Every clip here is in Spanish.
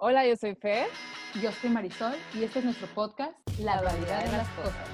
Hola, yo soy Fer. Yo soy Marisol y este es nuestro podcast, La Dualidad de las Cosas.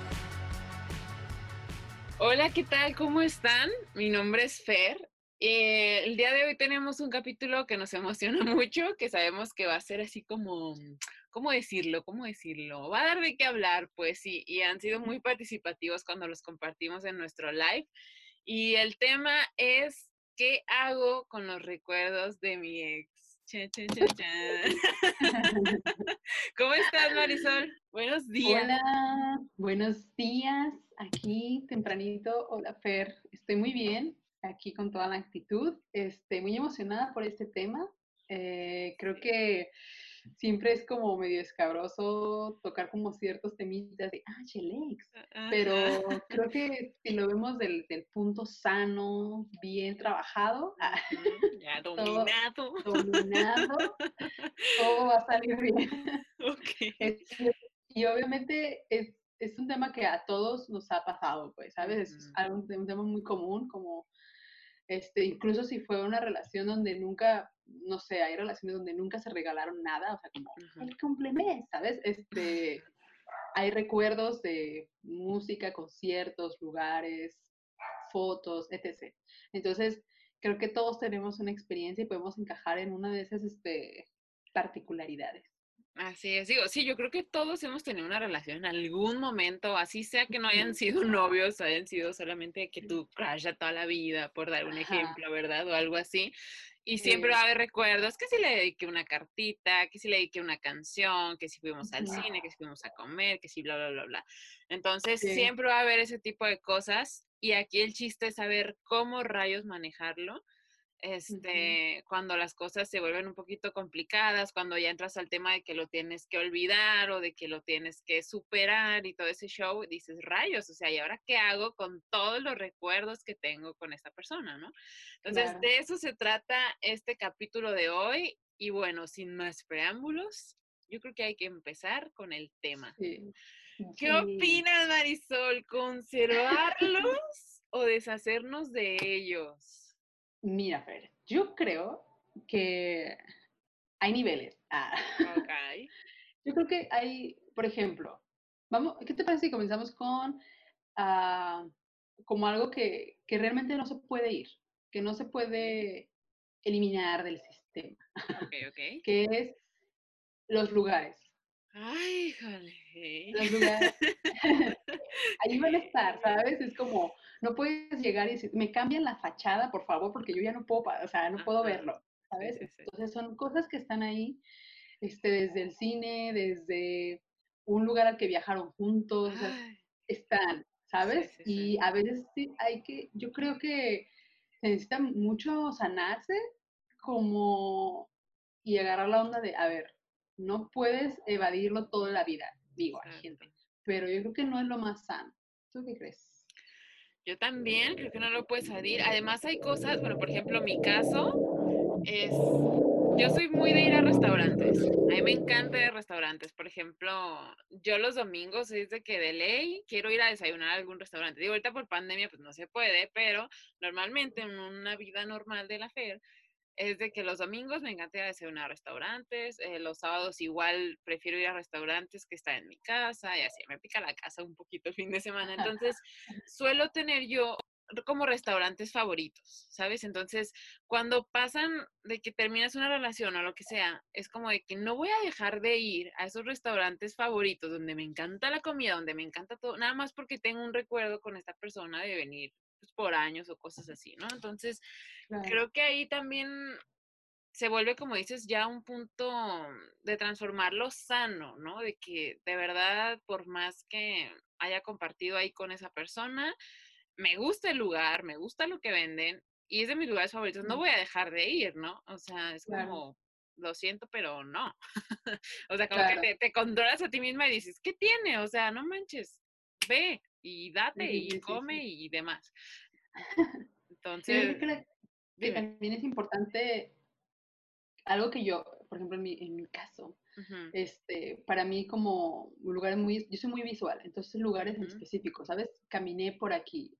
Hola, ¿qué tal? ¿Cómo están? Mi nombre es Fer. El día de hoy tenemos un capítulo que nos emociona mucho, que sabemos que va a ser así como, ¿cómo decirlo? Va a dar de qué hablar, pues sí, y han sido muy participativos cuando los compartimos en nuestro live. Y el tema es, ¿qué hago con los recuerdos de mi ex? Chan, chan, chan, chan. ¿Cómo estás, Marisol? Buenos días. Hola, buenos días. Aquí tempranito. Hola, Fer. Estoy muy bien, aquí con toda la actitud. Muy emocionada por este tema. Creo que siempre es como medio escabroso tocar como ciertos temitas de, Chelex. Pero creo que si lo vemos del punto sano, bien trabajado, ya dominado. Todo va a salir bien. Okay. Y obviamente es un tema que a todos nos ha pasado, pues, ¿sabes? Es un tema muy común, como, incluso si fue una relación donde nunca, no sé, hay relaciones donde nunca se regalaron nada, o sea, como el cumplemes, ¿sabes? Hay recuerdos de música, conciertos, lugares, fotos, etc. Entonces, creo que todos tenemos una experiencia y podemos encajar en una de esas particularidades. Así es, digo, sí, yo creo que todos hemos tenido una relación en algún momento, así sea que no hayan sido novios, hayan sido solamente que tu crush a toda la vida, por dar un ejemplo, ¿verdad? O algo así. Y siempre va a haber recuerdos, que si le dediqué una cartita, que si le dediqué una canción, que si fuimos al cine, que si fuimos a comer, que si bla, bla, bla, bla. Entonces, siempre va a haber ese tipo de cosas y aquí el chiste es saber cómo rayos manejarlo. Cuando las cosas se vuelven un poquito complicadas, cuando ya entras al tema de que lo tienes que olvidar o de que lo tienes que superar y todo ese show, dices, rayos, o sea, ¿y ahora qué hago con todos los recuerdos que tengo con esta persona, no? Entonces, de eso se trata este capítulo de hoy y bueno, sin más preámbulos, yo creo que hay que empezar con el tema. Sí. ¿Qué opinas, Marisol? ¿Conservarlos o deshacernos de ellos? Mira, Fer, yo creo que hay niveles. Ok. Yo creo que hay, por ejemplo, ¿qué te parece si comenzamos con como algo que realmente no se puede ir, que no se puede eliminar del sistema? Ok. Que es los lugares. Ay, jale. Los lugares ahí van a estar, ¿sabes? Es como, no puedes llegar y decir, me cambian la fachada, por favor, porque yo ya no puedo, o sea, no puedo verlo, ¿sabes? Sí. Entonces son cosas que están ahí, desde el cine, desde un lugar al que viajaron juntos, o sea, están, ¿sabes? Sí. Y a veces sí yo creo que se necesita mucho sanarse como y agarrar la onda de, a ver, no puedes evadirlo toda la vida, digo, hay gente, pero yo creo que no es lo más sano. ¿Tú qué crees? Yo también creo que no lo puedes evadir. Además hay cosas, bueno, por ejemplo, mi caso es, yo soy muy de ir a restaurantes. A mí me encanta ir a restaurantes. Por ejemplo, yo los domingos es de que de ley quiero ir a desayunar a algún restaurante. Digo, ahorita por pandemia pues no se puede, pero normalmente en una vida normal de la FER es de que los domingos me encanta ir a desayunar a restaurantes, los sábados igual prefiero ir a restaurantes que estar en mi casa y así me pica la casa un poquito el fin de semana. Entonces suelo tener yo como restaurantes favoritos, ¿sabes? Entonces, cuando pasan de que terminas una relación o lo que sea, es como de que no voy a dejar de ir a esos restaurantes favoritos donde me encanta la comida, donde me encanta todo, nada más porque tengo un recuerdo con esta persona de venir pues, por años o cosas así, ¿no? Entonces, creo que ahí también se vuelve, como dices, ya un punto de transformarlo sano, ¿no? De que de verdad, por más que haya compartido ahí con esa persona, me gusta el lugar, me gusta lo que venden y es de mis lugares favoritos, no voy a dejar de ir, ¿no? O sea, es como, lo siento, pero no. O sea, como que te controlas a ti misma y dices, ¿qué tiene? O sea, no manches, ve y date y come y demás. Entonces, que también es importante algo que yo, por ejemplo, en mi caso, para mí como lugares yo soy muy visual, entonces lugares en específico, ¿sabes? Caminé por aquí,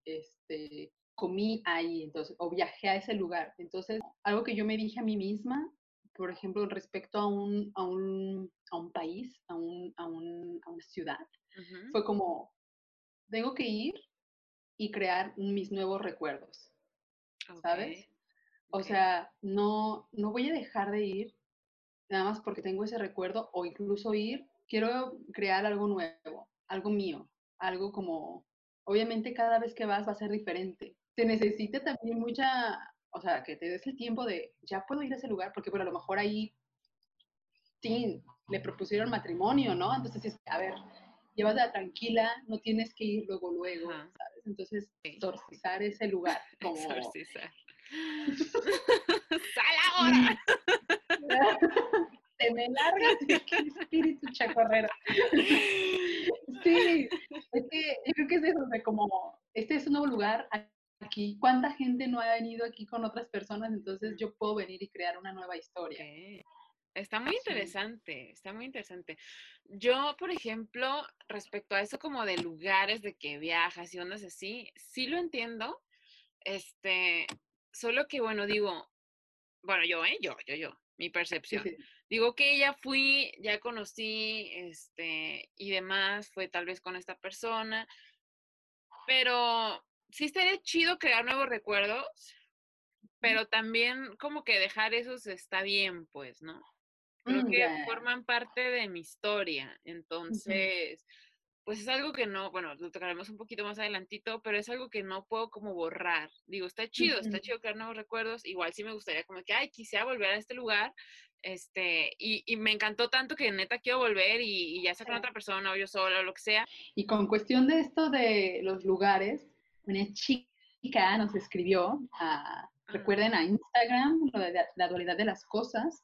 comí ahí, entonces, o viajé a ese lugar. Entonces, algo que yo me dije a mí misma, por ejemplo, respecto a un país, a una ciudad, fue como, tengo que ir y crear mis nuevos recuerdos, ¿sabes? O sea, no voy a dejar de ir nada más porque tengo ese recuerdo o incluso ir, quiero crear algo nuevo, algo mío, algo como, obviamente cada vez que vas va a ser diferente. Se necesita también mucha, o sea, que te des el tiempo de, ya puedo ir a ese lugar, porque bueno, a lo mejor ahí, sí, le propusieron matrimonio, ¿no? Entonces, a ver, llévatela tranquila, no tienes que ir luego, ¿sabes? Entonces, exorcizar ese lugar, como... Exorcizar. ¡Sal ahora! Te me largas de aquí, espíritu chacorrero. Sí, es que yo creo que es eso, de como, este es un nuevo lugar aquí, ¿cuánta gente no ha venido aquí con otras personas? Entonces yo puedo venir y crear una nueva historia. Okay. Está muy interesante, está muy interesante. Yo, por ejemplo, respecto a eso como de lugares de que viajas y ondas así, sí lo entiendo, solo que, bueno, digo, bueno, yo, mi percepción. Sí, sí. Digo que ya fui, ya conocí, y demás, fue tal vez con esta persona, pero sí estaría chido crear nuevos recuerdos, pero también como que dejar esos está bien, pues, ¿no? Creo que Yeah. forman parte de mi historia, entonces, pues es algo que no, bueno, lo tocaremos un poquito más adelantito, pero es algo que no puedo como borrar. Digo, está chido crear nuevos recuerdos, igual sí me gustaría como que, ay, quisiera volver a este lugar, y me encantó tanto que neta quiero volver y ya sea con otra persona o yo sola o lo que sea. Y con cuestión de esto de los lugares, una chica nos escribió, recuerden a Instagram, lo de la dualidad de las cosas,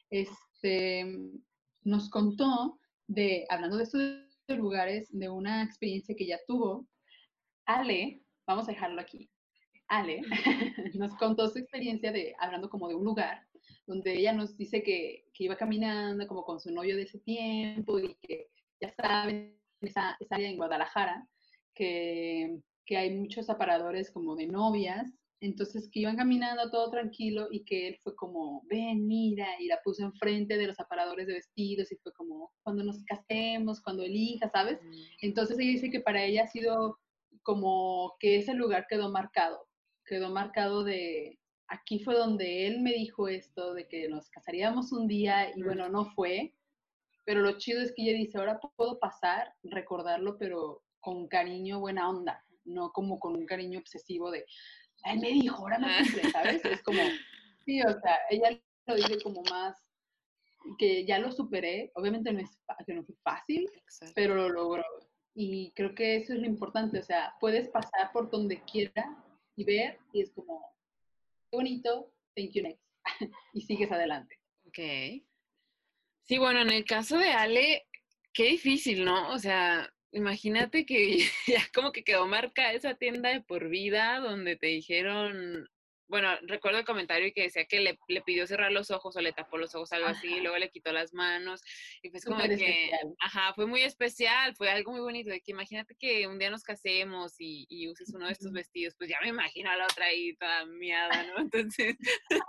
nos contó hablando de estos lugares, de una experiencia que ella tuvo. Ale, vamos a dejarlo aquí. Ale nos contó su experiencia hablando como de un lugar, donde ella nos dice que iba caminando como con su novio de ese tiempo y que ya saben, esa área en Guadalajara, que hay muchos aparadores como de novias, entonces que iban caminando todo tranquilo y que él fue como, ven, mira, y la puso enfrente de los aparadores de vestidos y fue como, cuando nos casemos, cuando elija, ¿sabes? Entonces ella dice que para ella ha sido como que ese lugar quedó marcado de, aquí fue donde él me dijo esto, de que nos casaríamos un día y bueno, no fue, pero lo chido es que ella dice, ahora puedo pasar, recordarlo, pero con cariño, buena onda, no como con un cariño obsesivo de, él me dijo, ahora me cumple, ¿sabes? Es como, sí, o sea, ella lo dice como más, que ya lo superé, obviamente que no fue fácil, pero lo logró. Y creo que eso es lo importante, o sea, puedes pasar por donde quiera y ver, y es como, qué bonito, thank you next, y sigues adelante. Ok. Sí, bueno, en el caso de Ale, qué difícil, ¿no? O sea, imagínate que ya como que quedó marca esa tienda de por vida donde te dijeron, bueno, recuerdo el comentario que decía que le pidió cerrar los ojos o le tapó los ojos, algo así, y luego le quitó las manos, y pues como Súper que, especial. ajá, fue muy especial, fue algo muy bonito, de que imagínate que un día nos casemos y uses uno de estos vestidos, pues ya me imagino a la otra ahí toda miada, ¿no? Entonces,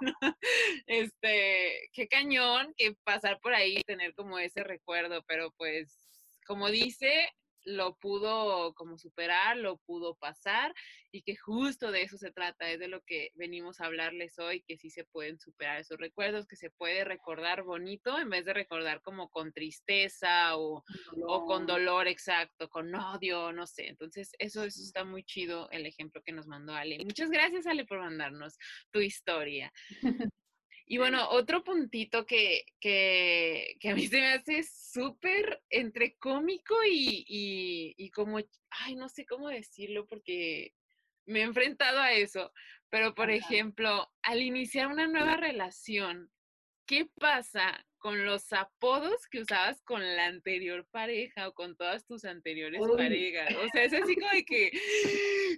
qué cañón que pasar por ahí y tener como ese recuerdo, pero pues, como dice, lo pudo como superar, lo pudo pasar y que justo de eso se trata, es de lo que venimos a hablarles hoy, que sí se pueden superar esos recuerdos, que se puede recordar bonito en vez de recordar como con tristeza o con dolor, exacto, con odio, no sé. Entonces, eso está muy chido el ejemplo que nos mandó Ale. Muchas gracias, Ale, por mandarnos tu historia. Y bueno, otro puntito que a mí se me hace súper entre cómico y como, ay, no sé cómo decirlo porque me he enfrentado a eso, pero por ejemplo, al iniciar una nueva relación, ¿qué pasa con los apodos que usabas con la anterior pareja o con todas tus anteriores parejas? O sea, es así como de que,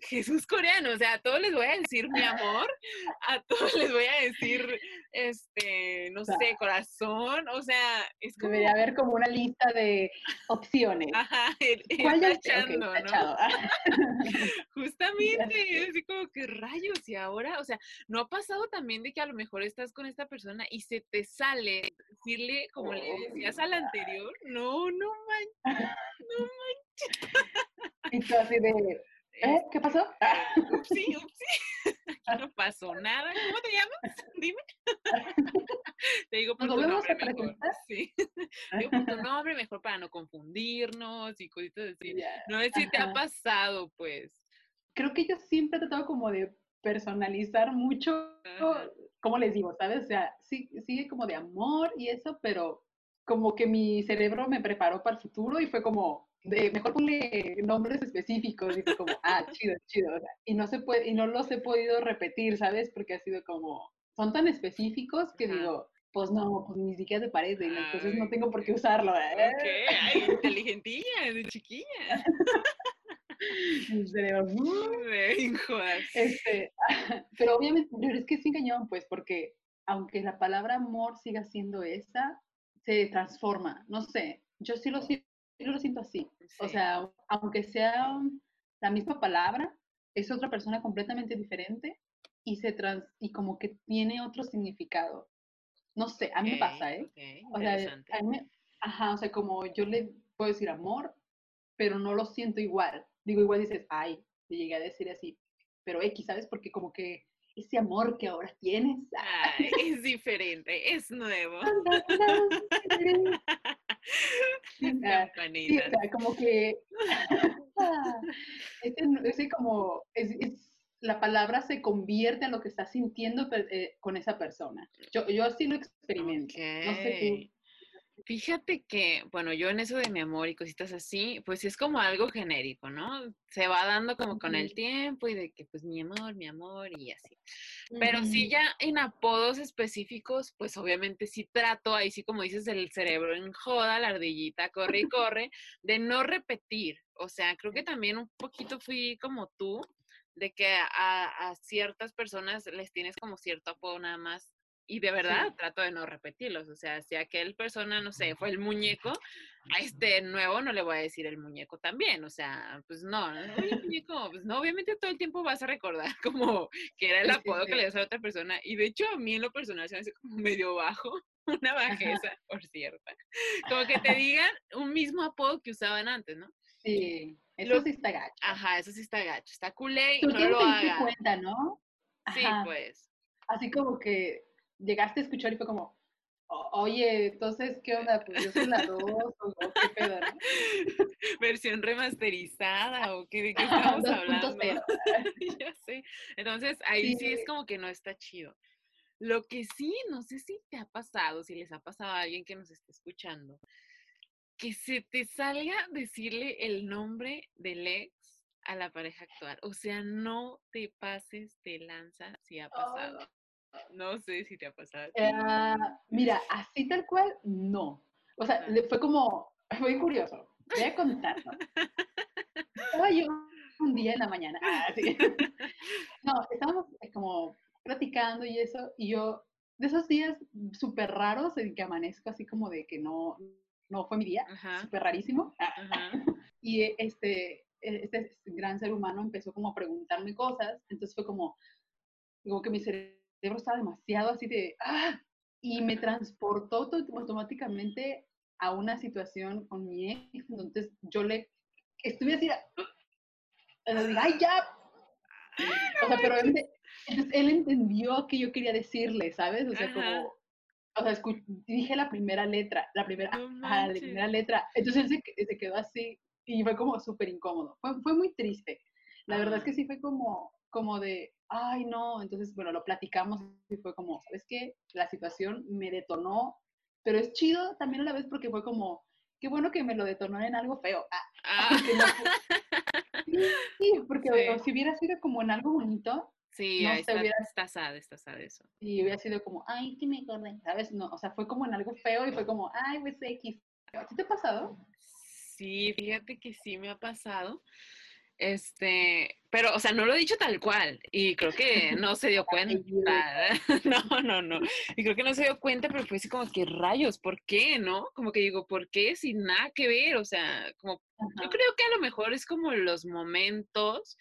Jesús coreano, o sea, a todos les voy a decir mi amor, a todos les voy a decir, no sé, corazón, o sea, es como... Debería haber como una lista de opciones. Ajá, ¿Cuál ya? tachando, Ok, ¿no? tachado. Justamente, así como que rayos, y ahora, o sea, ¿no ha pasado también de que a lo mejor estás con esta persona y se te sale decirle como le decías al anterior? No, no manches, no Y tú así de, manches. ¿qué pasó? Upsi, aquí no pasó nada. ¿Cómo te llamas? Dime. Te digo ¿Nos por tu volvemos nombre a mejor. presentar? Sí. Te digo por tu nombre mejor para no confundirnos y cositas así. Ya, No sé si te ha ajá. pasado, pues. Creo que yo siempre he tratado como de personalizar mucho, Ajá. ¿cómo les digo? ¿Sabes? O sea, sí, sigue como de amor y eso, pero como que mi cerebro me preparó para el futuro y fue como, de, mejor ponle nombres específicos y fue como, chido, chido. O sea, y no se puede, y no los he podido repetir, ¿sabes? Porque ha sido como, son tan específicos que Ajá. digo, pues no, pues ni siquiera se parecen, entonces no Ay, tengo por qué usarlo. ok, ay, inteligentilla, de chiquilla. Mi cerebro, Ay, jodas. pero obviamente, pero es que es engañón, pues, porque aunque la palabra amor siga siendo esa, se transforma. No sé, yo lo siento así. O Sí, sea, aunque sea la misma palabra, es otra persona completamente diferente y y como que tiene otro significado. No sé, a ok, mí me pasa, ¿eh? ok, O sea, interesante. ajá, o sea, como yo le puedo decir amor, pero no lo siento igual. Digo, igual dices, ay, te llegué a decir así, pero X, ¿sabes? Porque como que ese amor que ahora tienes. Ay, es diferente, es nuevo. Sí, sí, o Campanitas. sea, como que ese como, la palabra se convierte en lo que estás sintiendo con esa persona. Yo así lo Ok. experimento. No sé tú. Fíjate que, bueno, yo en eso de mi amor y cositas así, pues sí es como algo genérico, ¿no? Se va dando como con Ujú, el tiempo y de que pues mi amor y así. Pero sí ujú, ya en apodos específicos, pues obviamente sí trato, ahí sí como dices, el cerebro en joda, la ardillita corre y corre, de no repetir. O sea, creo que también un poquito fui como tú, de que a ciertas personas les tienes como cierto apodo nada más. Y de verdad sí. trato de no repetirlos. O sea, si aquel persona, no sé, fue el muñeco, a este nuevo no le voy a decir el muñeco también. O sea, pues no, no, oye, muñeco, pues no, obviamente todo el tiempo vas a recordar como que era el Sí, sí, apodo que sí. le das a otra persona. Y de hecho, a mí en lo personal se me hace como medio bajo, una Ajá. bajeza, por cierto. Como que te digan un mismo apodo que usaban antes, ¿no? Sí, eso Lo, sí está gacho. ajá, eso sí está gacho. Está culé, Sobre no todo lo te diste hagan. cuenta, ¿no? Sí, Ajá. pues. Así como que llegaste a escuchar y fue como, Oye, entonces, ¿qué onda? Pues yo soy la dos, o qué pedo, ¿no? Versión remasterizada o qué, de qué estamos hablando. 2.0. Ya sé. Entonces, ahí Sí, sí es como que no está chido. Lo que sí, no sé si te ha pasado, si les ha pasado a alguien que nos esté escuchando, que se te salga decirle el nombre del ex a la pareja actual. O sea, no te pases de lanza si ha pasado. No sé si te ha pasado a ti. mira, así tal cual, no. O sea, Ajá. fue como, fue curioso. Voy a contarlo. Estaba yo un día en la mañana, sí. No, estábamos como platicando y eso, y yo, de esos días súper raros en que amanezco así como de que no fue mi día, Ajá, súper rarísimo. ajá. Y este gran ser humano empezó como a preguntarme cosas, entonces fue como que mi cerebro estaba demasiado así de, y me transportó automáticamente a una situación con mi ex, entonces yo le estuve así, le dije, ay, ya, o sea, pero Manches. entonces él entendió que yo quería decirle, ¿sabes? O sea, como, Ajá, o sea, dije la primera letra, no la manches. primera letra, entonces él se quedó así y fue como súper incómodo, fue muy triste. La verdad es Ah, que sí fue como de, ay, no, entonces, bueno, lo platicamos y fue como, ¿sabes qué? La situación me detonó, pero es chido también a la vez porque fue como, qué bueno que me lo detonó en algo feo, ah. porque no, sí, porque Sí, si hubiera sido como en algo bonito, sí, no ahí sé, está sad eso. y hubiera sido como, ay, que me acordé, ¿sabes? No, o sea, fue como en algo feo y fue como, ay, pues X. ¿Sí te ha pasado? Sí, fíjate que sí me ha pasado. Pero, o sea, no lo he dicho tal cual, y creo que no se dio cuenta. No, no, no. Y creo que no se dio cuenta, pero fue así como que rayos, ¿por qué, no? Como que digo, ¿por qué? Sin nada que ver, o sea, como, yo Ajá. creo que a lo mejor es como los momentos,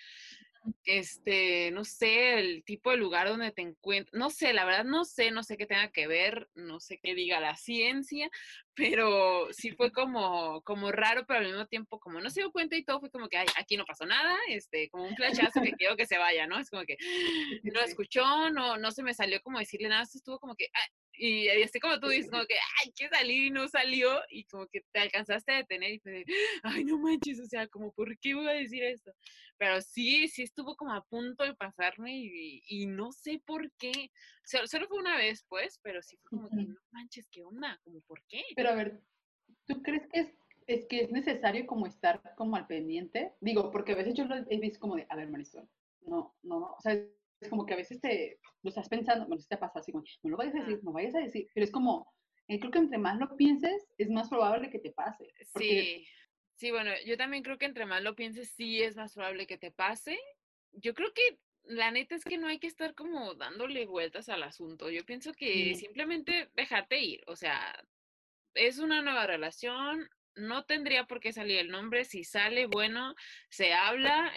no sé, el tipo de lugar donde te encuentras, no sé, la verdad no sé qué tenga que ver, no sé qué diga la ciencia, pero sí fue como raro, pero al mismo tiempo como no se dio cuenta y todo fue como que, ay, aquí no pasó nada, como un flashazo que quiero que se vaya, ¿no? Es como que Sí, sí, no sí. escuchó, no se me salió como decirle nada, estuvo como que, ah, y así como tú dices, como que, ay, que salir y no salió, y como que te alcanzaste a detener y fue de, ay, no manches, o sea, como, ¿por qué voy a decir esto? Pero sí estuvo como a punto de pasarme y no sé por qué. Solo fue una vez, pues, pero sí fue como que, Ujú. no manches, ¿qué onda? Como, ¿por qué? Pero a ver, ¿tú crees que es que es necesario como estar como al pendiente? Digo, porque a veces yo lo he visto como de, a ver, Marisol, no, o sea, es como que a veces te lo estás pensando, bueno, si te pasa así como, no lo vayas a Ah, decir, no vayas a decir, pero es como, creo que entre más lo pienses, es más probable que te pase, porque sí, sí, bueno, yo también creo que entre más lo pienses, sí es más probable que te pase. Yo creo que la neta es que no hay que estar como dándole vueltas al asunto. Yo pienso que mm, simplemente dejarte ir, o sea, es una nueva relación, no tendría por qué salir el nombre, si sale, bueno, se habla,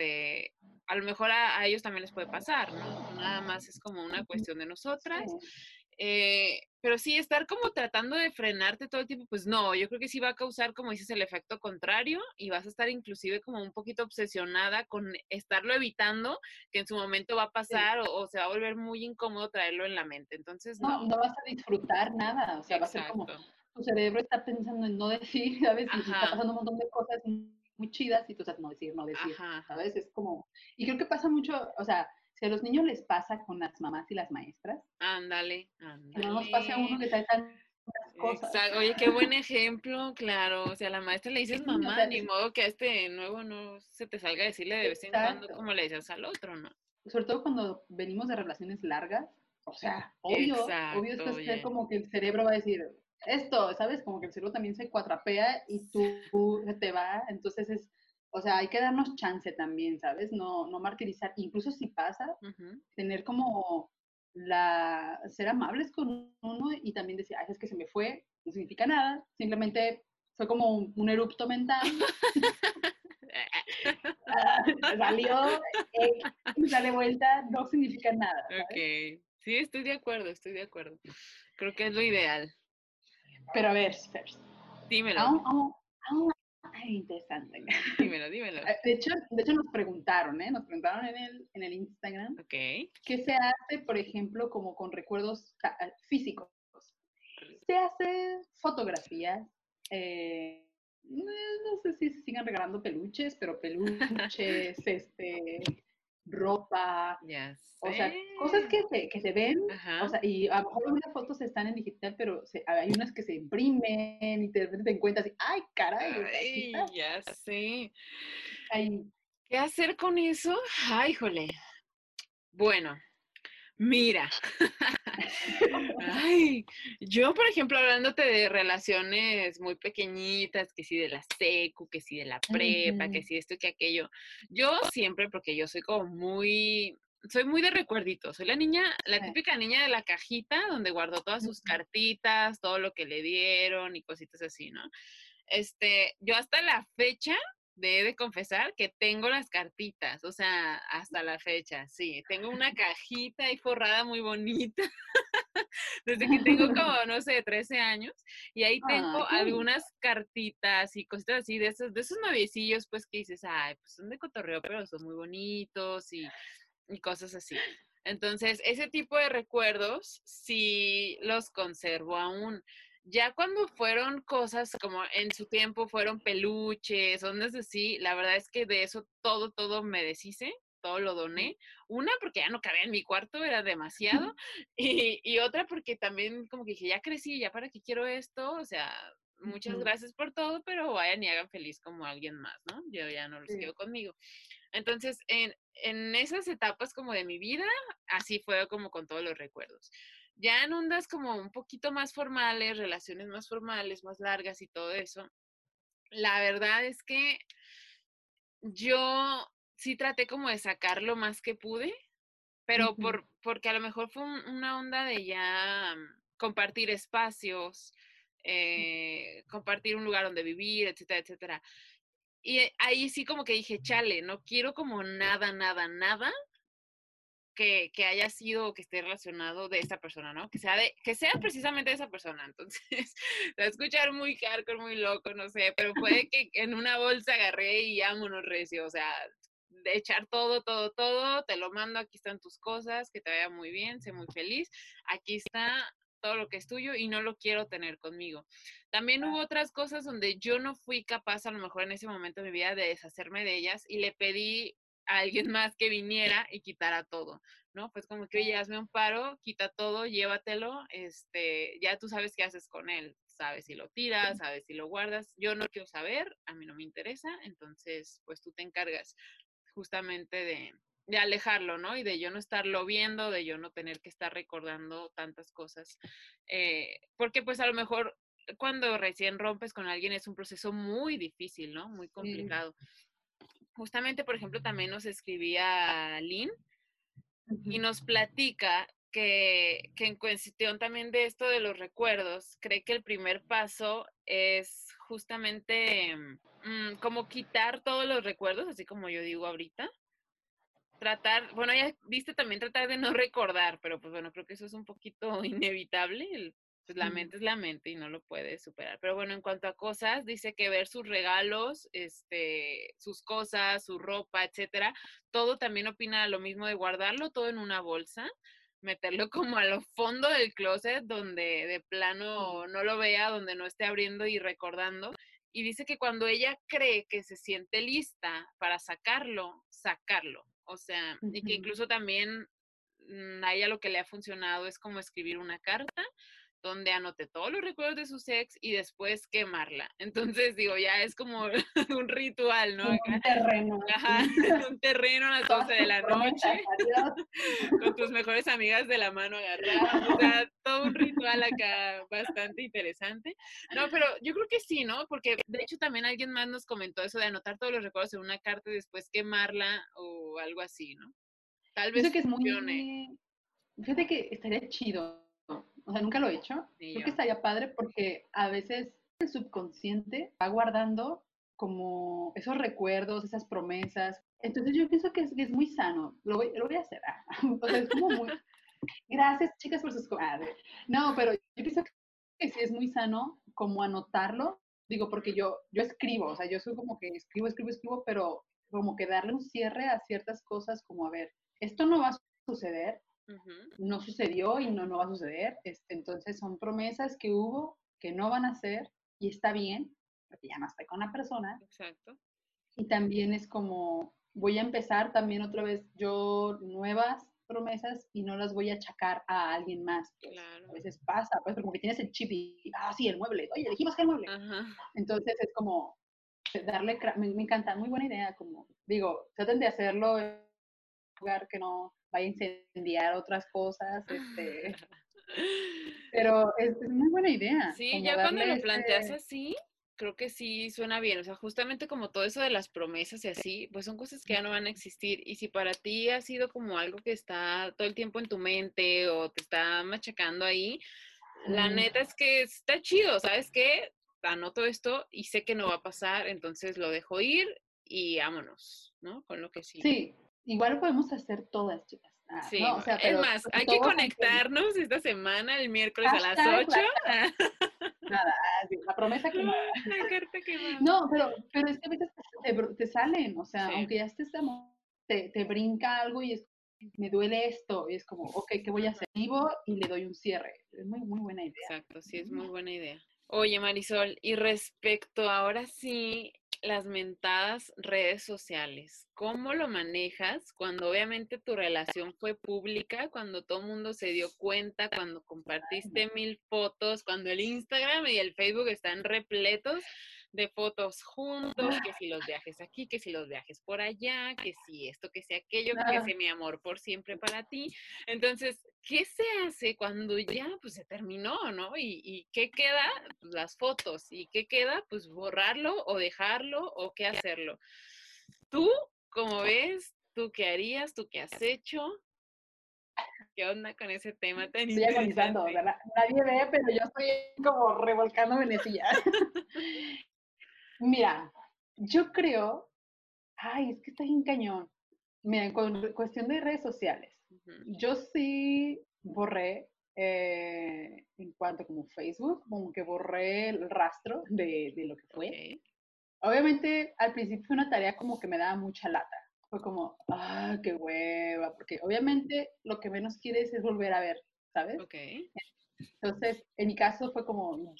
a lo mejor a ellos también les puede pasar, ¿no? Nada más es como una cuestión de nosotras. sí, Pero sí, estar como tratando de frenarte todo el tiempo, pues no, yo creo que sí va a causar, como dices, el efecto contrario y vas a estar inclusive como un poquito obsesionada con estarlo evitando, que en su momento va a sí. pasar o se va a volver muy incómodo traerlo en la mente. Entonces, no, No vas a disfrutar nada, o sea, va a ser como, exacto. tu cerebro está pensando en no decir, ¿sabes? Y está Ajá, pasando un montón de cosas muy chidas y tú estás no decir, ajá, ajá. ¿sabes? Es como, y creo que pasa mucho, o sea, si a los niños les pasa con las mamás y las maestras, Ándale, que no nos pase a uno ándale. que trae tantas cosas. Exacto. Oye, qué buen ejemplo, claro. O sea, a la maestra le dices Sí, o mamá, sea, ni modo que a este nuevo no se te salga a decirle de vez en cuando exacto. como le decías al otro, ¿no? Sobre todo cuando venimos de relaciones largas, o sea, obvio es Exacto, que ser oye. como que el cerebro va a decir, esto, ¿sabes? Como que el cerebro también se cuatrapea y tú te va, entonces es, o sea, hay que darnos chance también, ¿sabes? No martirizar, incluso si pasa, Ujú. tener como ser amables con uno y también decir, ay, es que se me fue, no significa nada, simplemente fue como un erupto mental, me salió, me sale vuelta, no significa nada, Ok. ¿sabes? Sí, estoy de acuerdo, estoy de acuerdo. Creo que es lo ideal. Pero a ver, Fer, Dímelo, aún, ay, interesante. dímelo, dímelo. De hecho nos preguntaron, ¿eh? Nos preguntaron en el Instagram, Ok. ¿qué se hace, por ejemplo, como con recuerdos físicos? Se hace fotografías, no sé si se sigan regalando peluches, pero peluches, ropa, Ya o sea, sé. cosas que se ven, o Ajá. sea, y a lo mejor unas fotos están en digital, pero hay unas que se imprimen y de repente te encuentras y, ay, caray, o sea, aquí Ay, está. ya sé. Ahí. ¿Qué hacer con eso? Ay, jole. Bueno, mira. Ay, yo, por ejemplo, hablándote de relaciones muy pequeñitas, que sí de la secu, que sí de la prepa, que Ujú, sí esto y que aquello, yo siempre, porque yo soy como soy muy de recuerditos, soy la niña, la sí, típica niña de la cajita donde guardó todas sus ujú, cartitas, todo lo que le dieron y cositas así, ¿no? Yo hasta la fecha de confesar que tengo las cartitas, o sea, hasta la fecha, sí, tengo una cajita ahí forrada muy bonita desde que tengo como, no sé, 13 años, y ahí Ay, tengo qué bonito. algunas cartitas y cositas así de esos noviecillos, pues que dices, ay, pues son de cotorreo, pero son muy bonitos y cosas así. Entonces, ese tipo de recuerdos sí los conservo aún. Ya cuando fueron cosas como en su tiempo fueron peluches, ondas así, la verdad es que de eso todo me deshice, todo lo doné. Una, porque ya no cabía en mi cuarto, era demasiado. Y otra, porque también como que dije, ya crecí, ya para qué quiero esto, o sea, muchas Ujú, gracias por todo, pero vayan y hagan feliz como alguien más, ¿no? Yo ya no los sí. quiero conmigo. Entonces, en esas etapas como de mi vida, así fue como con todos los recuerdos. Ya en ondas como un poquito más formales, relaciones más formales, más largas y todo eso, la verdad es que yo sí traté como de sacar lo más que pude, pero Ujú, porque a lo mejor fue una onda de ya compartir espacios, compartir un lugar donde vivir, etcétera, etcétera. Y ahí sí como que dije, chale, no quiero como nada, nada, nada que haya sido o que esté relacionado de esa persona, ¿no? Que sea precisamente de esa persona. Entonces, se va a escuchar muy hardcore, muy loco, no sé, pero fue que en una bolsa agarré y vámonos recio, o sea, de echar todo, todo, todo, te lo mando, aquí están tus cosas, que te vaya muy bien, sé muy feliz, aquí está todo lo que es tuyo y no lo quiero tener conmigo. También hubo otras cosas donde yo no fui capaz a lo mejor en ese momento de mi vida de deshacerme de ellas y le pedí a alguien más que viniera y quitara todo. ¿No? Pues como que, oye, hazme un paro, quita todo, llévatelo, ya tú sabes qué haces con él, sabes si lo tiras, sabes si lo guardas, yo no quiero saber, a mí no me interesa, entonces pues tú te encargas justamente de alejarlo, ¿no? Y de yo no estarlo viendo, de yo no tener que estar recordando tantas cosas, porque pues a lo mejor cuando recién rompes con alguien es un proceso muy difícil, ¿no? Muy sí, complicado. Justamente, por ejemplo, también nos escribía Lynn y ujú. nos platica que en cuestión también de esto de los recuerdos, cree que el primer paso es justamente como quitar todos los recuerdos, así como yo digo ahorita. Tratar, bueno, ya viste también tratar de no recordar, pero pues bueno, creo que eso es un poquito inevitable. Pues la Sí, mente es la mente y no lo puede superar. Pero bueno, en cuanto a cosas, dice que ver sus regalos, sus cosas, su ropa, etcétera, todo también opina lo mismo de guardarlo todo en una bolsa, meterlo como a lo fondo del closet donde de plano sí. no lo vea, donde no esté abriendo y recordando. Y dice que cuando ella cree que se siente lista para sacarlo, sacarlo. O sea, y que Ujú. incluso también a ella lo que le ha funcionado es como escribir una carta donde anote todos los recuerdos de su ex y después quemarla. Entonces, digo, ya es como un ritual, ¿no? En Acá, un terreno ajá, así. un terreno a las 12 Todas de tus la noche, promesas, adiós. con tus mejores amigas de la mano agarradas, o sea, todo un ritual acá bastante interesante. No, pero yo creo que sí, ¿no? Porque de hecho también alguien más nos comentó eso de anotar todos los recuerdos en una carta y después quemarla o algo así, ¿no? Tal Pienso vez que es funcione. muy, fíjate que estaría chido. O sea, nunca lo he hecho. Y Creo yo, que estaría padre porque a veces el subconsciente va guardando como esos recuerdos, esas promesas. Entonces yo pienso que es muy sano. Lo voy a hacer. O sea, es como muy... Gracias, chicas, por sus... no, pero yo pienso que sí es muy sano como anotarlo. Digo, porque yo escribo, o sea, yo soy como que escribo, escribo, escribo, pero como que darle un cierre a ciertas cosas como, a ver, esto no va a suceder, ujú, no sucedió y no va a suceder. Entonces son promesas que hubo que no van a ser y está bien, porque ya no estoy con la persona. exacto, Y también es como, voy a empezar también otra vez yo nuevas promesas y no las voy a achacar a alguien más, pues claro. a veces pasa, pues como que tienes el chip y, sí, el mueble, oye, dijimos que el mueble. Ajá. Entonces es como darle, me encanta, muy buena idea, como digo, traten de hacerlo en un lugar que no vaya a incendiar otras cosas, pero es muy buena idea, Sí, como ya cuando darle lo planteas ese... así, creo que sí suena bien. O sea, justamente como todo eso de las promesas y así, pues son cosas que ya no van a existir. Y si para ti ha sido como algo que está todo el tiempo en tu mente o te está machacando ahí, la Sí, neta es que está chido, ¿sabes qué? Anoto esto y sé que no va a pasar, entonces lo dejo ir y vámonos, ¿no? Con lo que sigue. sí, igual lo podemos hacer todas, chicas. Sí, No, o sea, es pero más, hay que todos aunque... conectarnos esta semana, el miércoles a las Hashtag 8. la nada, sí, la promesa que nada. La carta quemada. No, pero es que a veces te salen, o sea, Sí. aunque ya estés, te brinca algo y es, me duele esto, y es como, ok, ¿qué voy a Ajá. hacer? Vivo y le doy un cierre. Es muy, muy buena idea. Exacto, sí, es muy buena idea. Oye, Marisol, y respecto ahora sí, las mentadas redes sociales, ¿cómo lo manejas cuando obviamente tu relación fue pública, cuando todo el mundo se dio cuenta, cuando compartiste 1000 fotos, cuando el Instagram y el Facebook están repletos de fotos juntos, que si los viajes aquí, que si los viajes por allá, que si esto, que si aquello, que Ah, si mi amor por siempre para ti? Entonces, ¿qué se hace cuando ya pues se terminó, ¿no? ¿Y qué queda? Pues las fotos. ¿Y qué queda? Pues borrarlo o dejarlo o qué hacerlo. ¿Tú cómo ves? ¿Tú qué harías? ¿Tú qué has hecho? ¿Qué onda con ese tema tan Estoy agonizando, interesante? ¿verdad? Nadie ve, pero yo estoy como revolcándome en esa silla. Mira, yo creo, ay, es que está bien cañón. Mira, con cuestión de redes sociales, Ujú, yo sí borré, en cuanto como Facebook, como que borré el rastro de lo que fue. ok, Obviamente, al principio fue una tarea como que me daba mucha lata. Fue como, ah, qué hueva, porque obviamente lo que menos quieres es volver a ver, ¿sabes? ok, Entonces, en mi caso fue como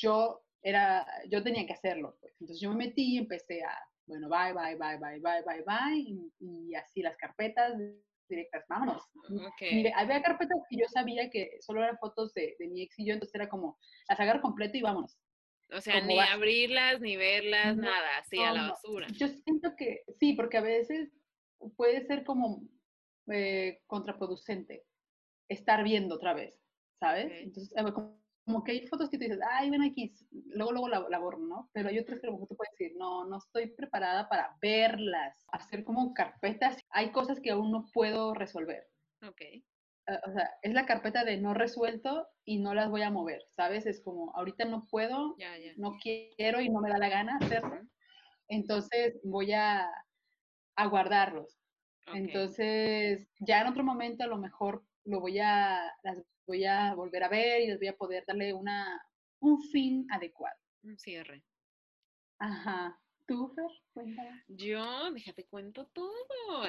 yo tenía que hacerlo, pues. Entonces yo me metí y empecé a, bueno, bye, bye, bye, bye, bye, bye, bye, y así las carpetas directas, vámonos. ok. Mire, había carpetas que yo sabía que solo eran fotos de mi ex y yo, entonces era como, las agarro completo y vámonos, O sea, como ni base. abrirlas, ni verlas, No, nada, así a no, la no. basura. Yo siento que sí, porque a veces puede ser como contraproducente estar viendo otra vez, ¿sabes? Ok. Entonces, como que hay fotos que tú dices, ay, ven aquí, luego la borro, ¿no? Pero hay otras Ujú, que a lo mejor tú puedes decir, no, no estoy preparada para verlas, hacer como carpetas. Hay cosas que aún no puedo resolver. ok, O sea, es la carpeta de no resuelto y no las voy a mover, ¿sabes? Es como, ahorita no puedo, ya, ya. no quiero y no me da la gana hacerlo, Ujú, entonces voy a guardarlos. ok. Entonces, ya en otro momento a lo mejor las voy a volver a ver y les voy a poder darle un fin adecuado. Un cierre. Ajá. ¿Tú, Fer? Cuéntame. Yo, déjate cuento todo.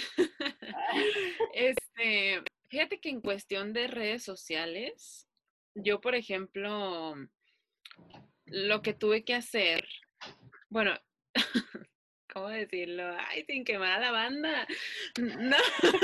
Ah, Fíjate que en cuestión de redes sociales, yo, por ejemplo, lo que tuve que hacer, bueno, ¿cómo decirlo? Ay, sin quemar a la banda. No,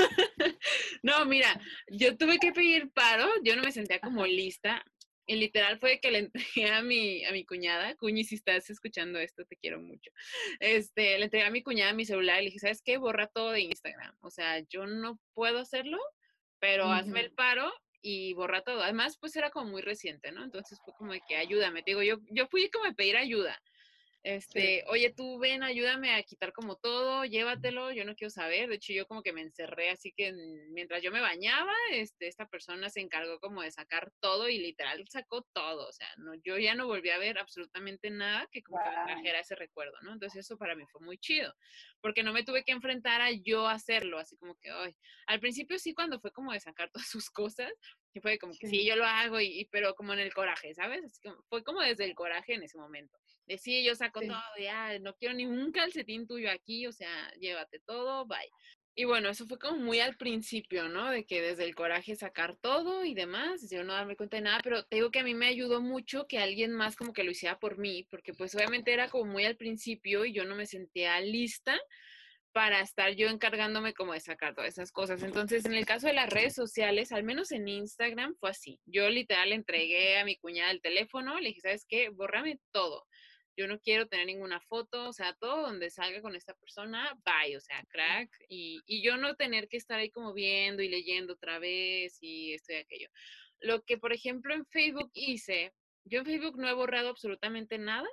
no, mira, yo tuve que pedir paro, yo no me sentía como ajá. lista. Y literal fue que le entregué a mi cuñada, Cuñi, si estás escuchando esto, te quiero mucho. Le entregué a mi cuñada mi celular y le dije, ¿sabes qué? Borra todo de Instagram. O sea, yo no puedo hacerlo, pero hazme el Ujú. paro y borra todo. Además, pues era como muy reciente, ¿no? Entonces fue como de que ayúdame. Te digo, yo fui como a pedir ayuda. Sí, Oye, tú ven, ayúdame a quitar como todo, llévatelo, yo no quiero saber. De hecho, yo como que me encerré, así que mientras yo me bañaba, esta persona se encargó como de sacar todo y literal sacó todo. O sea, no, yo ya no volví a ver absolutamente nada que como que me wow. trajera ese recuerdo, ¿no? Entonces eso para mí fue muy chido, porque no me tuve que enfrentar a yo hacerlo, así como que, ay, al principio sí, cuando fue como de sacar todas sus cosas, que fue como que sí, Sí, yo lo hago, pero como en el coraje, ¿sabes? Así como, fue como desde el coraje en ese momento de sí, yo saco todo, sí. ya, no quiero ni un calcetín tuyo aquí, o sea, llévate todo, bye. Y bueno, eso fue como muy al principio, ¿no? De que desde el coraje sacar todo y demás, yo no darme cuenta de nada, pero te digo que a mí me ayudó mucho que alguien más como que lo hiciera por mí, porque pues obviamente era como muy al principio y yo no me sentía lista para estar yo encargándome como de sacar todas esas cosas. Entonces, en el caso de las redes sociales, al menos en Instagram fue así. Yo literal le entregué a mi cuñada el teléfono, le dije, ¿sabes qué? Bórrame todo. Yo no quiero tener ninguna foto, o sea, todo donde salga con esta persona, bye, o sea, crack. Y yo no tener que estar ahí como viendo y leyendo otra vez y esto y aquello. Lo que, por ejemplo, en Facebook hice, yo en Facebook no he borrado absolutamente nada,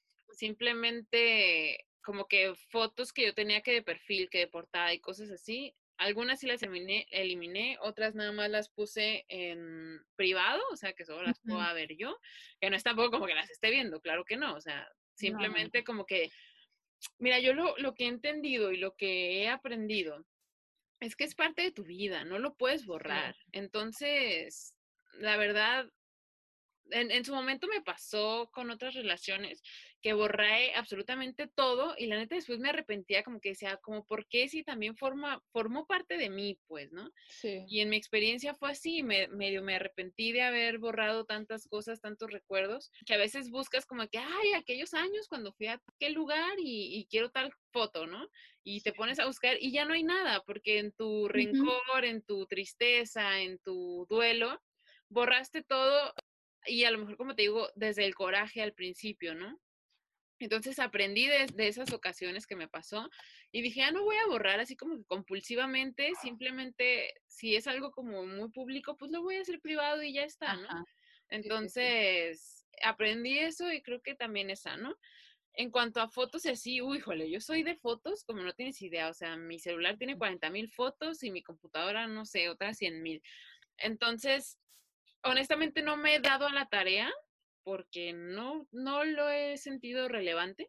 simplemente como que fotos que yo tenía que de perfil, que de portada y cosas así. Algunas sí las eliminé, otras nada más las puse en privado, o sea que solo las Ujú. puedo ver yo, que no es tampoco como que las esté viendo, claro que no, o sea, No, no, no. simplemente como que, mira, yo lo que he entendido y lo que he aprendido es que es parte de tu vida, no lo puedes Sí. borrar. Entonces, la verdad, en su momento me pasó con otras relaciones que borré absolutamente todo y la neta después me arrepentía como que decía, como, ¿por qué si también formó parte de mí, pues, ¿no? Sí. Y en mi experiencia fue así, medio me arrepentí de haber borrado tantas cosas, tantos recuerdos, que a veces buscas como que, ay, aquellos años cuando fui a aquel lugar y quiero tal foto, ¿no? Y te pones a buscar y ya no hay nada, porque en tu Ujú. rencor, en tu tristeza, en tu duelo, borraste todo y a lo mejor, como te digo, desde el coraje al principio, ¿no? Entonces aprendí de esas ocasiones que me pasó y dije, no voy a borrar así como que compulsivamente, simplemente si es algo como muy público, pues lo voy a hacer privado y ya está, ¿no? Ajá. Sí, sí, sí. Entonces aprendí eso y creo que también es sano. En cuanto a fotos y así, uy, híjole, yo soy de fotos como no tienes idea, o sea, mi celular tiene 40,000 fotos y mi computadora, no sé, otras 100,000. Entonces, honestamente no me he dado a la tarea porque no lo he sentido relevante.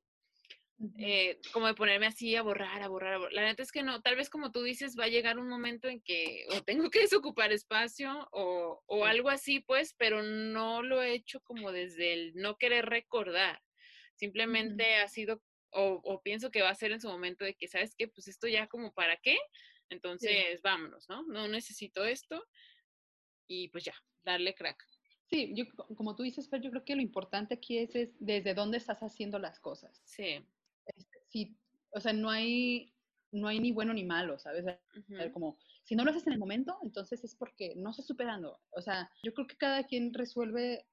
Como de ponerme así a borrar, a borrar, a borrar. La neta es que no, tal vez como tú dices, va a llegar un momento en que o tengo que desocupar espacio o algo así, pues, pero no lo he hecho como desde el no querer recordar. Simplemente ha sido, o pienso que va a ser en su momento de que, ¿sabes qué? Pues esto ya como para qué, Sí. entonces vámonos, ¿no? No necesito esto y pues ya, darle crack. Sí, como tú dices, Fer, yo creo que lo importante aquí es desde dónde estás haciendo las cosas. Sí. Sí, o sea, no hay ni bueno ni malo, ¿sabes? O sea, Ujú. como, si no lo haces en el momento, entonces es porque no estás superando. O sea, yo creo que cada quien resuelve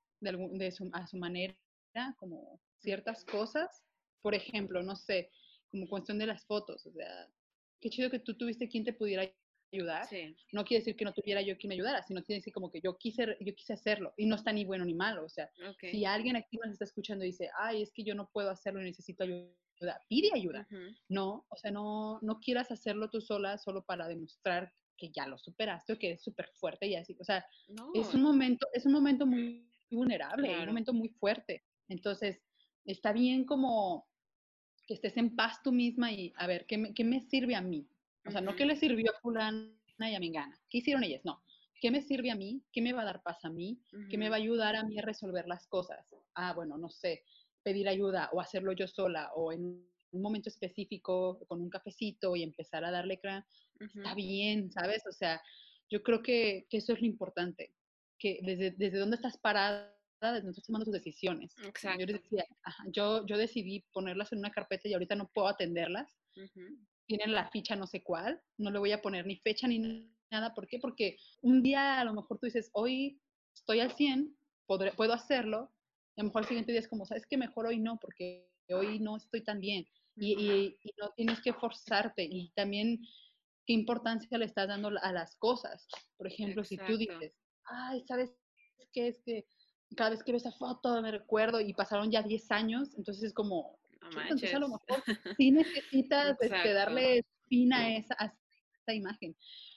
a su manera como ciertas cosas. Por ejemplo, no sé, como cuestión de las fotos. O sea, qué chido que tú tuviste quien te pudiera ayudar. Sí, No quiere decir que no tuviera yo quien me ayudara, sino quiere decir como que yo quise hacerlo y no está ni bueno ni malo. O sea, ok. si alguien aquí nos está escuchando y dice, ay, es que yo no puedo hacerlo y necesito ayuda, pide ayuda. Ujú. No, o sea, no quieras hacerlo tú sola solo para demostrar que ya lo superaste o que eres súper fuerte y así. O sea, No, es un momento muy vulnerable, un claro. momento muy fuerte. Entonces, está bien como que estés en paz tú misma y a ver, ¿qué me sirve a mí? O sea, no qué Ujú, le sirvió a fulana y a mengana. ¿Qué hicieron ellas? No. ¿Qué me sirve a mí? ¿Qué me va a dar paz a mí? ¿Qué me va ujú, a ayudar a mí a resolver las cosas? Ah, bueno, no sé, pedir ayuda o hacerlo yo sola o en un momento específico con un cafecito y empezar a darle crán, está ujú. bien, ¿sabes? O sea, yo creo que eso es lo importante, que desde dónde estás parada, desde dónde estás tomando tus decisiones. Yo les Exacto. decía, ajá, yo decidí ponerlas en una carpeta y ahorita no puedo atenderlas. Ujú, Tienen la ficha no sé cuál, no le voy a poner ni fecha ni nada. ¿Por qué? Porque un día a lo mejor tú dices, hoy estoy al 100, puedo hacerlo, y a lo mejor el siguiente día es como, ¿sabes qué? Mejor hoy no, porque hoy no estoy tan bien. Y, ujú. y no tienes que forzarte. Y también, ¿qué importancia le estás dando a las cosas? Por ejemplo, si tú Exacto. dices, ay, ¿sabes qué? Es que cada vez que veo esa foto me recuerdo y pasaron ya 10 años, entonces es como, No chuta, entonces a lo manches. mejor sí necesitas Exacto. darle fin a esa imagen.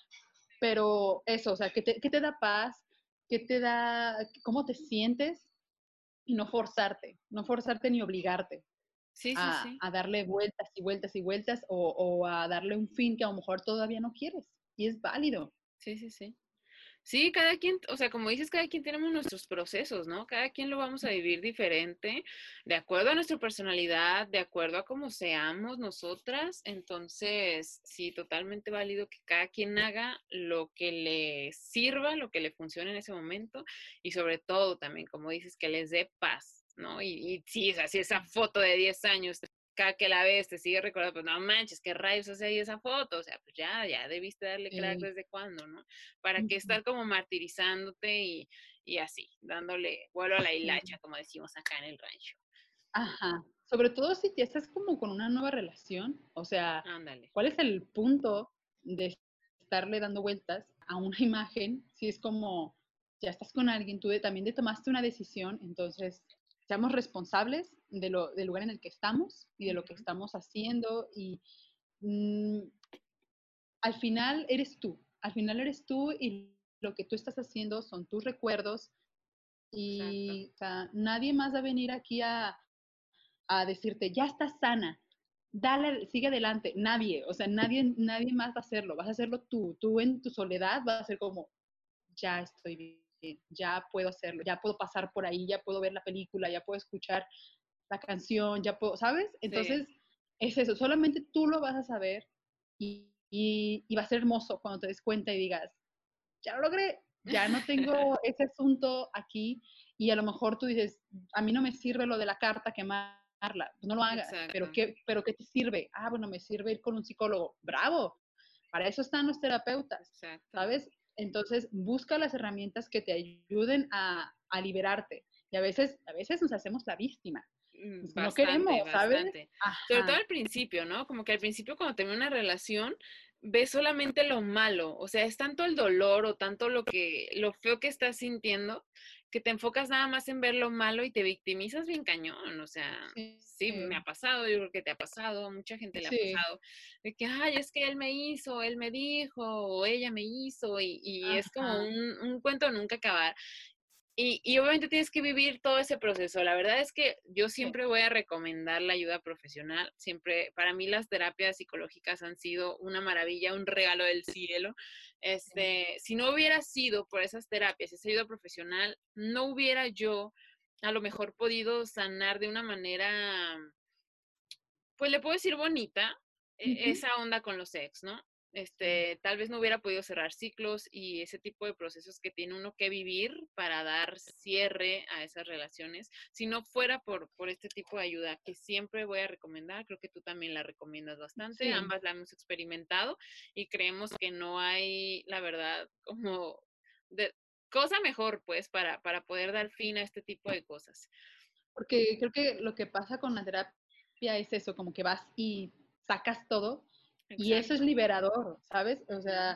Pero eso, o sea, ¿qué te da paz? ¿Qué te da, cómo te sientes? Y no forzarte ni obligarte Sí, sí, a, sí. a darle vueltas y vueltas y vueltas o a darle un fin que a lo mejor todavía no quieres. Y es válido. Sí, sí, sí. Sí, cada quien, o sea, como dices, cada quien tenemos nuestros procesos, ¿no? Cada quien lo vamos a vivir diferente, de acuerdo a nuestra personalidad, de acuerdo a cómo seamos nosotras. Entonces, sí, totalmente válido que cada quien haga lo que le sirva, lo que le funcione en ese momento y sobre todo también, como dices, que les dé paz, ¿no? Y sí, o sea, si esa foto de 10 años cada que la ves te sigue recordando, pues no manches, qué rayos hace ahí esa foto, o sea, pues ya debiste darle crack Sí. desde cuándo, ¿no? ¿Para qué Ujú. estar como martirizándote y así, dándole vuelo a la Sí. hilacha, como decimos acá en el rancho? Ajá. Sobre todo si ya estás como con una nueva relación, o sea, Ándale. ¿cuál es el punto de estarle dando vueltas a una imagen si es como ya estás con alguien, tú también te tomaste una decisión, entonces seamos responsables del lugar en el que estamos y de lo que Ujú, estamos haciendo y mm, al final eres tú y lo que tú estás haciendo son tus recuerdos exacto. y o sea, nadie más va a venir aquí a decirte, ya estás sana, dale, sigue adelante. Nadie, o sea, nadie más va a hacerlo. Vas a hacerlo tú. Tú en tu soledad vas a ser como, ya estoy bien, ya puedo hacerlo, ya puedo pasar por ahí, ya puedo ver la película, ya puedo escuchar la canción, ya puedo, ¿sabes? Sí, Entonces, es eso, solamente tú lo vas a saber y va a ser hermoso cuando te des cuenta y digas, ya lo logré, ya no tengo ese asunto aquí y a lo mejor tú dices, a mí no me sirve lo de la carta quemarla, pues no lo hagas, pero exacto, ¿qué te sirve? Ah, bueno, me sirve ir con un psicólogo, bravo, para eso están los terapeutas, exacto. ¿sabes? Entonces, busca las herramientas que te ayuden a liberarte. Y a veces nos hacemos la víctima. Es que no Bastante, queremos, ¿sabes? bastante. Sobre todo Ajá, al principio, ¿no? Como que al principio cuando termina una relación, ves solamente lo malo, o sea, es tanto el dolor o tanto lo feo que estás sintiendo, que te enfocas nada más en ver lo malo y te victimizas bien cañón, o sea, Sí, sí, me ha pasado, yo creo que te ha pasado, mucha gente le ha sí, pasado, de que, ay, es que él me hizo, él me dijo, o ella me hizo, y es como ajá, un cuento nunca acabar. Y obviamente tienes que vivir todo ese proceso. La verdad es que yo sí, siempre voy a recomendar la ayuda profesional. Siempre, para mí las terapias psicológicas han sido una maravilla, un regalo del cielo. sí, Si no hubiera sido por esas terapias, esa ayuda profesional, no hubiera yo a lo mejor podido sanar de una manera, pues le puedo decir bonita, ujú, esa onda con los ex, ¿no? sí, Tal vez no hubiera podido cerrar ciclos y ese tipo de procesos que tiene uno que vivir para dar cierre a esas relaciones, si no fuera por este tipo de ayuda que siempre voy a recomendar, creo que tú también la recomiendas bastante, sí. ambas la hemos experimentado y creemos que no hay, la verdad, como de, cosa mejor, pues, para poder dar fin a este tipo de cosas. Porque creo que lo que pasa con la terapia es eso, como que vas y sacas todo y eso es Exacto. liberador, ¿sabes? O Ujú. sea,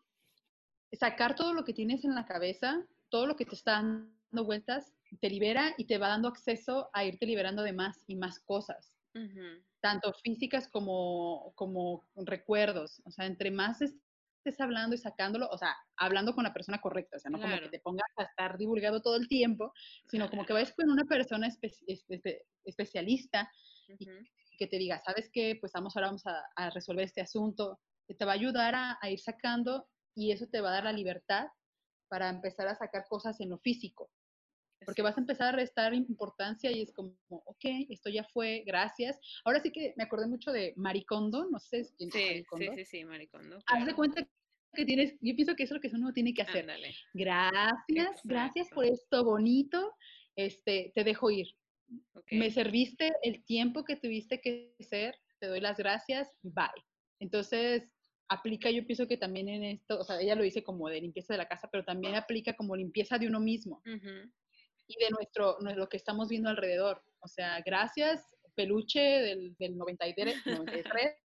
sacar todo lo que tienes en la cabeza, todo lo que te está dando vueltas, te libera y te va dando acceso a irte liberando de más y más cosas, Ujú. tanto físicas como recuerdos. O sea, entre más estés hablando y sacándolo, o sea, hablando con la persona correcta, o sea, no como que Claro. te pongas a estar divulgado todo el tiempo, sino como que vayas con una persona especialista y Ujú. que te diga, ¿sabes qué? Pues ahora vamos a resolver este asunto, que te va a ayudar a ir sacando y eso te va a dar la libertad para empezar a sacar cosas en lo físico, porque Así vas a es. empezar a restar importancia y es como, ok, esto ya fue, gracias. Ahora sí que me acordé mucho de Maricondo, no sé quién es Sí, sí, Maricondo. sí, sí, maricondo, Haz de claro. cuenta que tienes, yo pienso que eso es lo que uno tiene que hacer. Ándale. Gracias, gracias Exacto. por esto bonito, te dejo ir. Ok. Me serviste el tiempo que tuviste que ser, te doy las gracias, bye. Entonces, aplica, yo pienso que también en esto, o sea, ella lo dice como de limpieza de la casa, pero también aplica como limpieza de uno mismo Ujú. y de lo que estamos viendo alrededor. O sea, gracias, peluche del 93,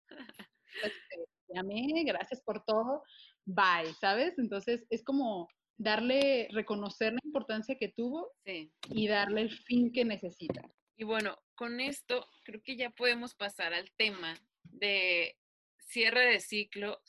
te amé, gracias por todo, bye, ¿sabes? Entonces, es como reconocer la importancia que tuvo Sí. y darle el fin que necesita. Y bueno, con esto creo que ya podemos pasar al tema de cierre de ciclo,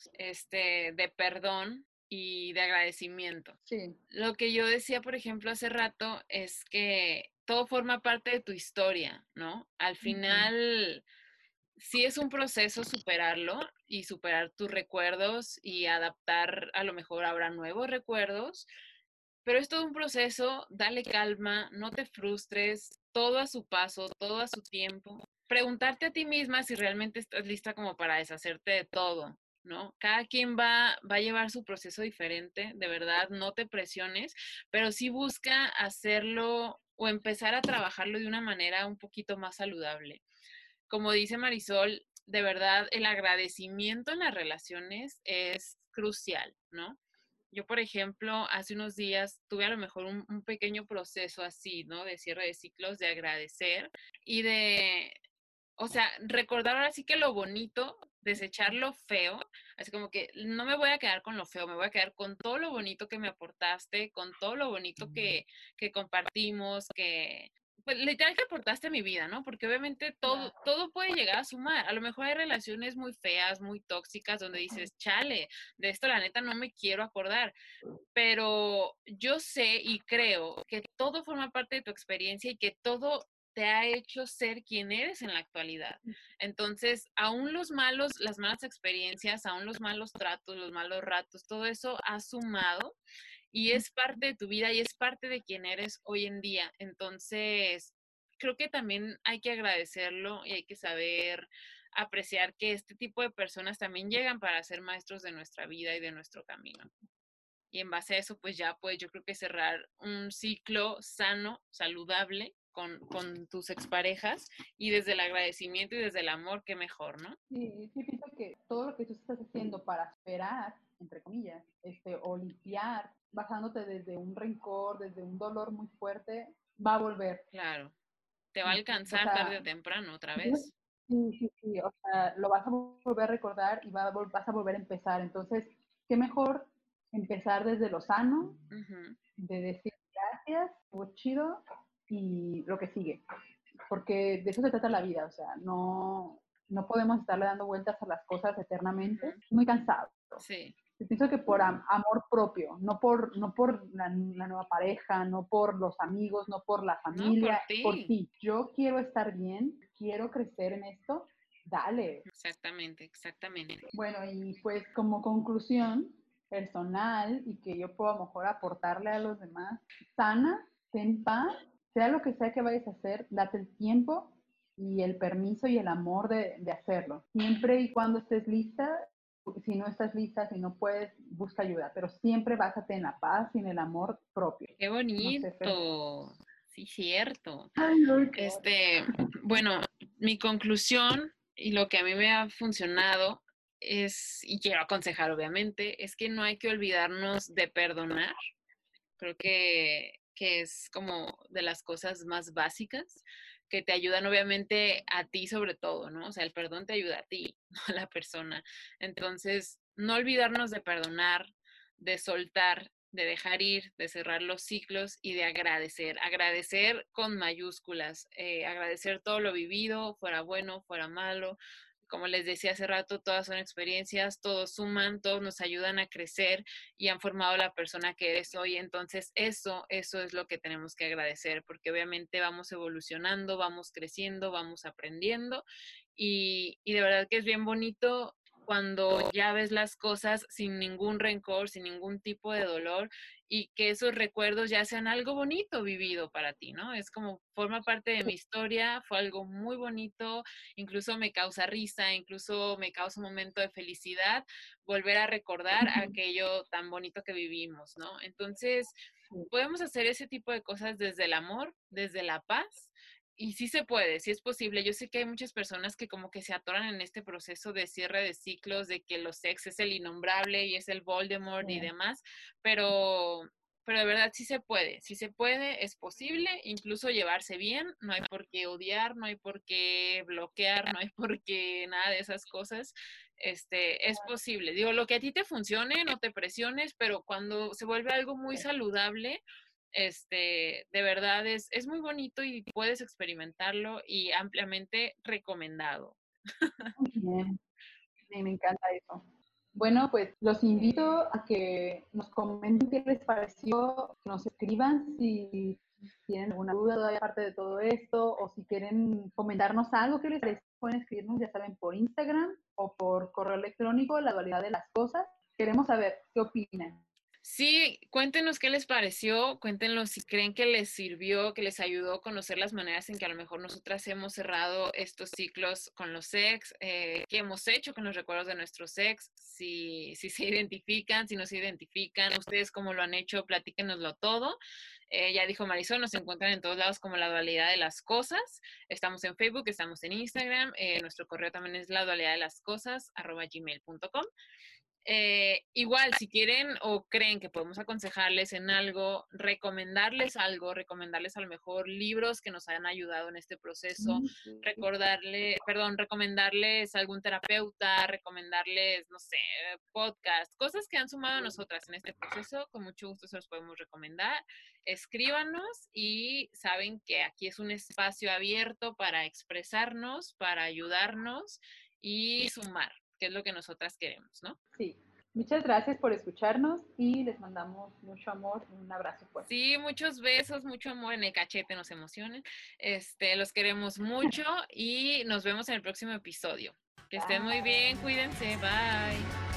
de perdón y de agradecimiento. Sí. Lo que yo decía, por ejemplo, hace rato es que todo forma parte de tu historia, ¿no? Al Ujú. final, sí es un proceso superarlo y superar tus recuerdos y adaptar a lo mejor ahora nuevos recuerdos, pero es todo un proceso, dale calma, no te frustres, todo a su paso, todo a su tiempo. Preguntarte a ti misma si realmente estás lista como para deshacerte de todo, ¿no? Cada quien va a llevar su proceso diferente, de verdad, no te presiones, pero sí busca hacerlo o empezar a trabajarlo de una manera un poquito más saludable. Como dice Marisol, de verdad, el agradecimiento en las relaciones es crucial, ¿no? Yo, por ejemplo, hace unos días tuve a lo mejor un pequeño proceso así, ¿no? De cierre de ciclos, de agradecer y de, o sea, recordar ahora sí que lo bonito, desechar lo feo, así como que no me voy a quedar con lo feo, me voy a quedar con todo lo bonito que me aportaste, con todo lo bonito que compartimos, que, pues literal que aportaste a mi vida, ¿no? Porque obviamente todo, Claro. todo puede llegar a sumar. A lo mejor hay relaciones muy feas, muy tóxicas, donde dices, chale, de esto la neta no me quiero acordar, pero yo sé y creo que todo forma parte de tu experiencia y que todo te ha hecho ser quien eres en la actualidad. Entonces, aún las malas experiencias, aún los malos tratos, los malos ratos, todo eso ha sumado y es parte de tu vida y es parte de quien eres hoy en día. Entonces, creo que también hay que agradecerlo y hay que saber apreciar que este tipo de personas también llegan para ser maestros de nuestra vida y de nuestro camino. Y en base a eso, pues ya puedes, yo creo que cerrar un ciclo sano, saludable con tus exparejas y desde el agradecimiento y desde el amor, qué mejor, ¿no? Sí, sí, pienso que todo lo que tú estás haciendo para esperar, entre comillas, o limpiar, bajándote desde un rencor, desde un dolor muy fuerte, va a volver. Claro, te va a O alcanzar tarde sea, o temprano otra entonces, vez. sí, sí, sí, o sea, lo vas a volver a recordar y vas a volver a empezar. Entonces, qué mejor empezar desde lo sano, Ujú. de decir gracias, estuvo chido y lo que sigue. Porque de eso se trata la vida, o sea, no podemos estarle dando vueltas a las cosas eternamente. Es muy cansado. Sí. Yo pienso que por amor propio, no por la nueva pareja, no por los amigos, no por la familia, no, por ti. Yo quiero estar bien, quiero crecer en esto, dale. Exactamente. Bueno, y pues como conclusión personal y que yo puedo a lo mejor aportarle a los demás, sana, ten paz, sea lo que sea que vayas a hacer, date el tiempo y el permiso y el amor de hacerlo. Siempre y cuando estés lista, si no estás lista, si no puedes, busca ayuda, pero siempre básate en la paz y en el amor propio. Qué bonito. No sé, sí, cierto. Ay, Bueno, mi conclusión y lo que a mí me ha funcionado es, y quiero aconsejar obviamente, es que no hay que olvidarnos de perdonar. Creo que es como de las cosas más básicas que te ayudan obviamente a ti sobre todo, ¿no? O sea, el perdón te ayuda a ti, no a la persona. Entonces, no olvidarnos de perdonar, de soltar, de dejar ir, de cerrar los ciclos y de agradecer. Agradecer con mayúsculas, agradecer todo lo vivido, fuera bueno, fuera malo. Como les decía hace rato, todas son experiencias, todos suman, todos nos ayudan a crecer y han formado la persona que eres hoy. Entonces, eso es lo que tenemos que agradecer, porque obviamente vamos evolucionando, vamos creciendo, vamos aprendiendo y de verdad que es bien bonito cuando ya ves las cosas sin ningún rencor, sin ningún tipo de dolor y que esos recuerdos ya sean algo bonito vivido para ti, ¿no? Es como forma parte de mi historia, fue algo muy bonito, incluso me causa risa, incluso me causa un momento de felicidad volver a recordar aquello tan bonito que vivimos, ¿no? Entonces, podemos hacer ese tipo de cosas desde el amor, desde la paz. Y sí se puede, sí es posible. Yo sé que hay muchas personas que como que se atoran en este proceso de cierre de ciclos, de que los ex es el innombrable y es el Voldemort y demás, pero de verdad sí se puede, es posible, incluso llevarse bien, no hay por qué odiar, no hay por qué bloquear, no hay por qué nada de esas cosas. Es posible. Digo, lo que a ti te funcione, no te presiones, pero cuando se vuelve algo muy saludable, de verdad es muy bonito y puedes experimentarlo y ampliamente recomendado. muy bien, me encanta eso. Bueno, pues los invito a que nos comenten qué les pareció, que nos escriban si tienen alguna duda todavía aparte de todo esto o si quieren comentarnos algo que les pareció, pueden escribirnos, ya saben, por Instagram o por correo electrónico, la dualidad de las cosas. Queremos saber qué opinan. Sí, cuéntenos qué les pareció, cuéntenos si creen que les sirvió, que les ayudó a conocer las maneras en que a lo mejor nosotras hemos cerrado estos ciclos con los ex, qué hemos hecho con los recuerdos de nuestros ex, si se identifican, si no se identifican, ustedes cómo lo han hecho, platíquenoslo todo. Ya dijo Marisol, nos encuentran en todos lados como La Dualidad de las Cosas. Estamos en Facebook, estamos en Instagram, nuestro correo también es ladualidaddelascosas@gmail.com. Igual, si quieren o creen que podemos aconsejarles en algo, recomendarles a lo mejor libros que nos hayan ayudado en este proceso, recomendarles algún terapeuta, recomendarles, no sé, podcast, cosas que han sumado a nosotras en este proceso, con mucho gusto se los podemos recomendar. Escríbanos y saben que aquí es un espacio abierto para expresarnos, para ayudarnos y sumar, que es lo que nosotras queremos, ¿no? Sí, muchas gracias por escucharnos y les mandamos mucho amor y un abrazo fuerte. Sí, muchos besos, mucho amor en el cachete, nos emocionen. Los queremos mucho y nos vemos en el próximo episodio. Que estén muy bien, cuídense, bye.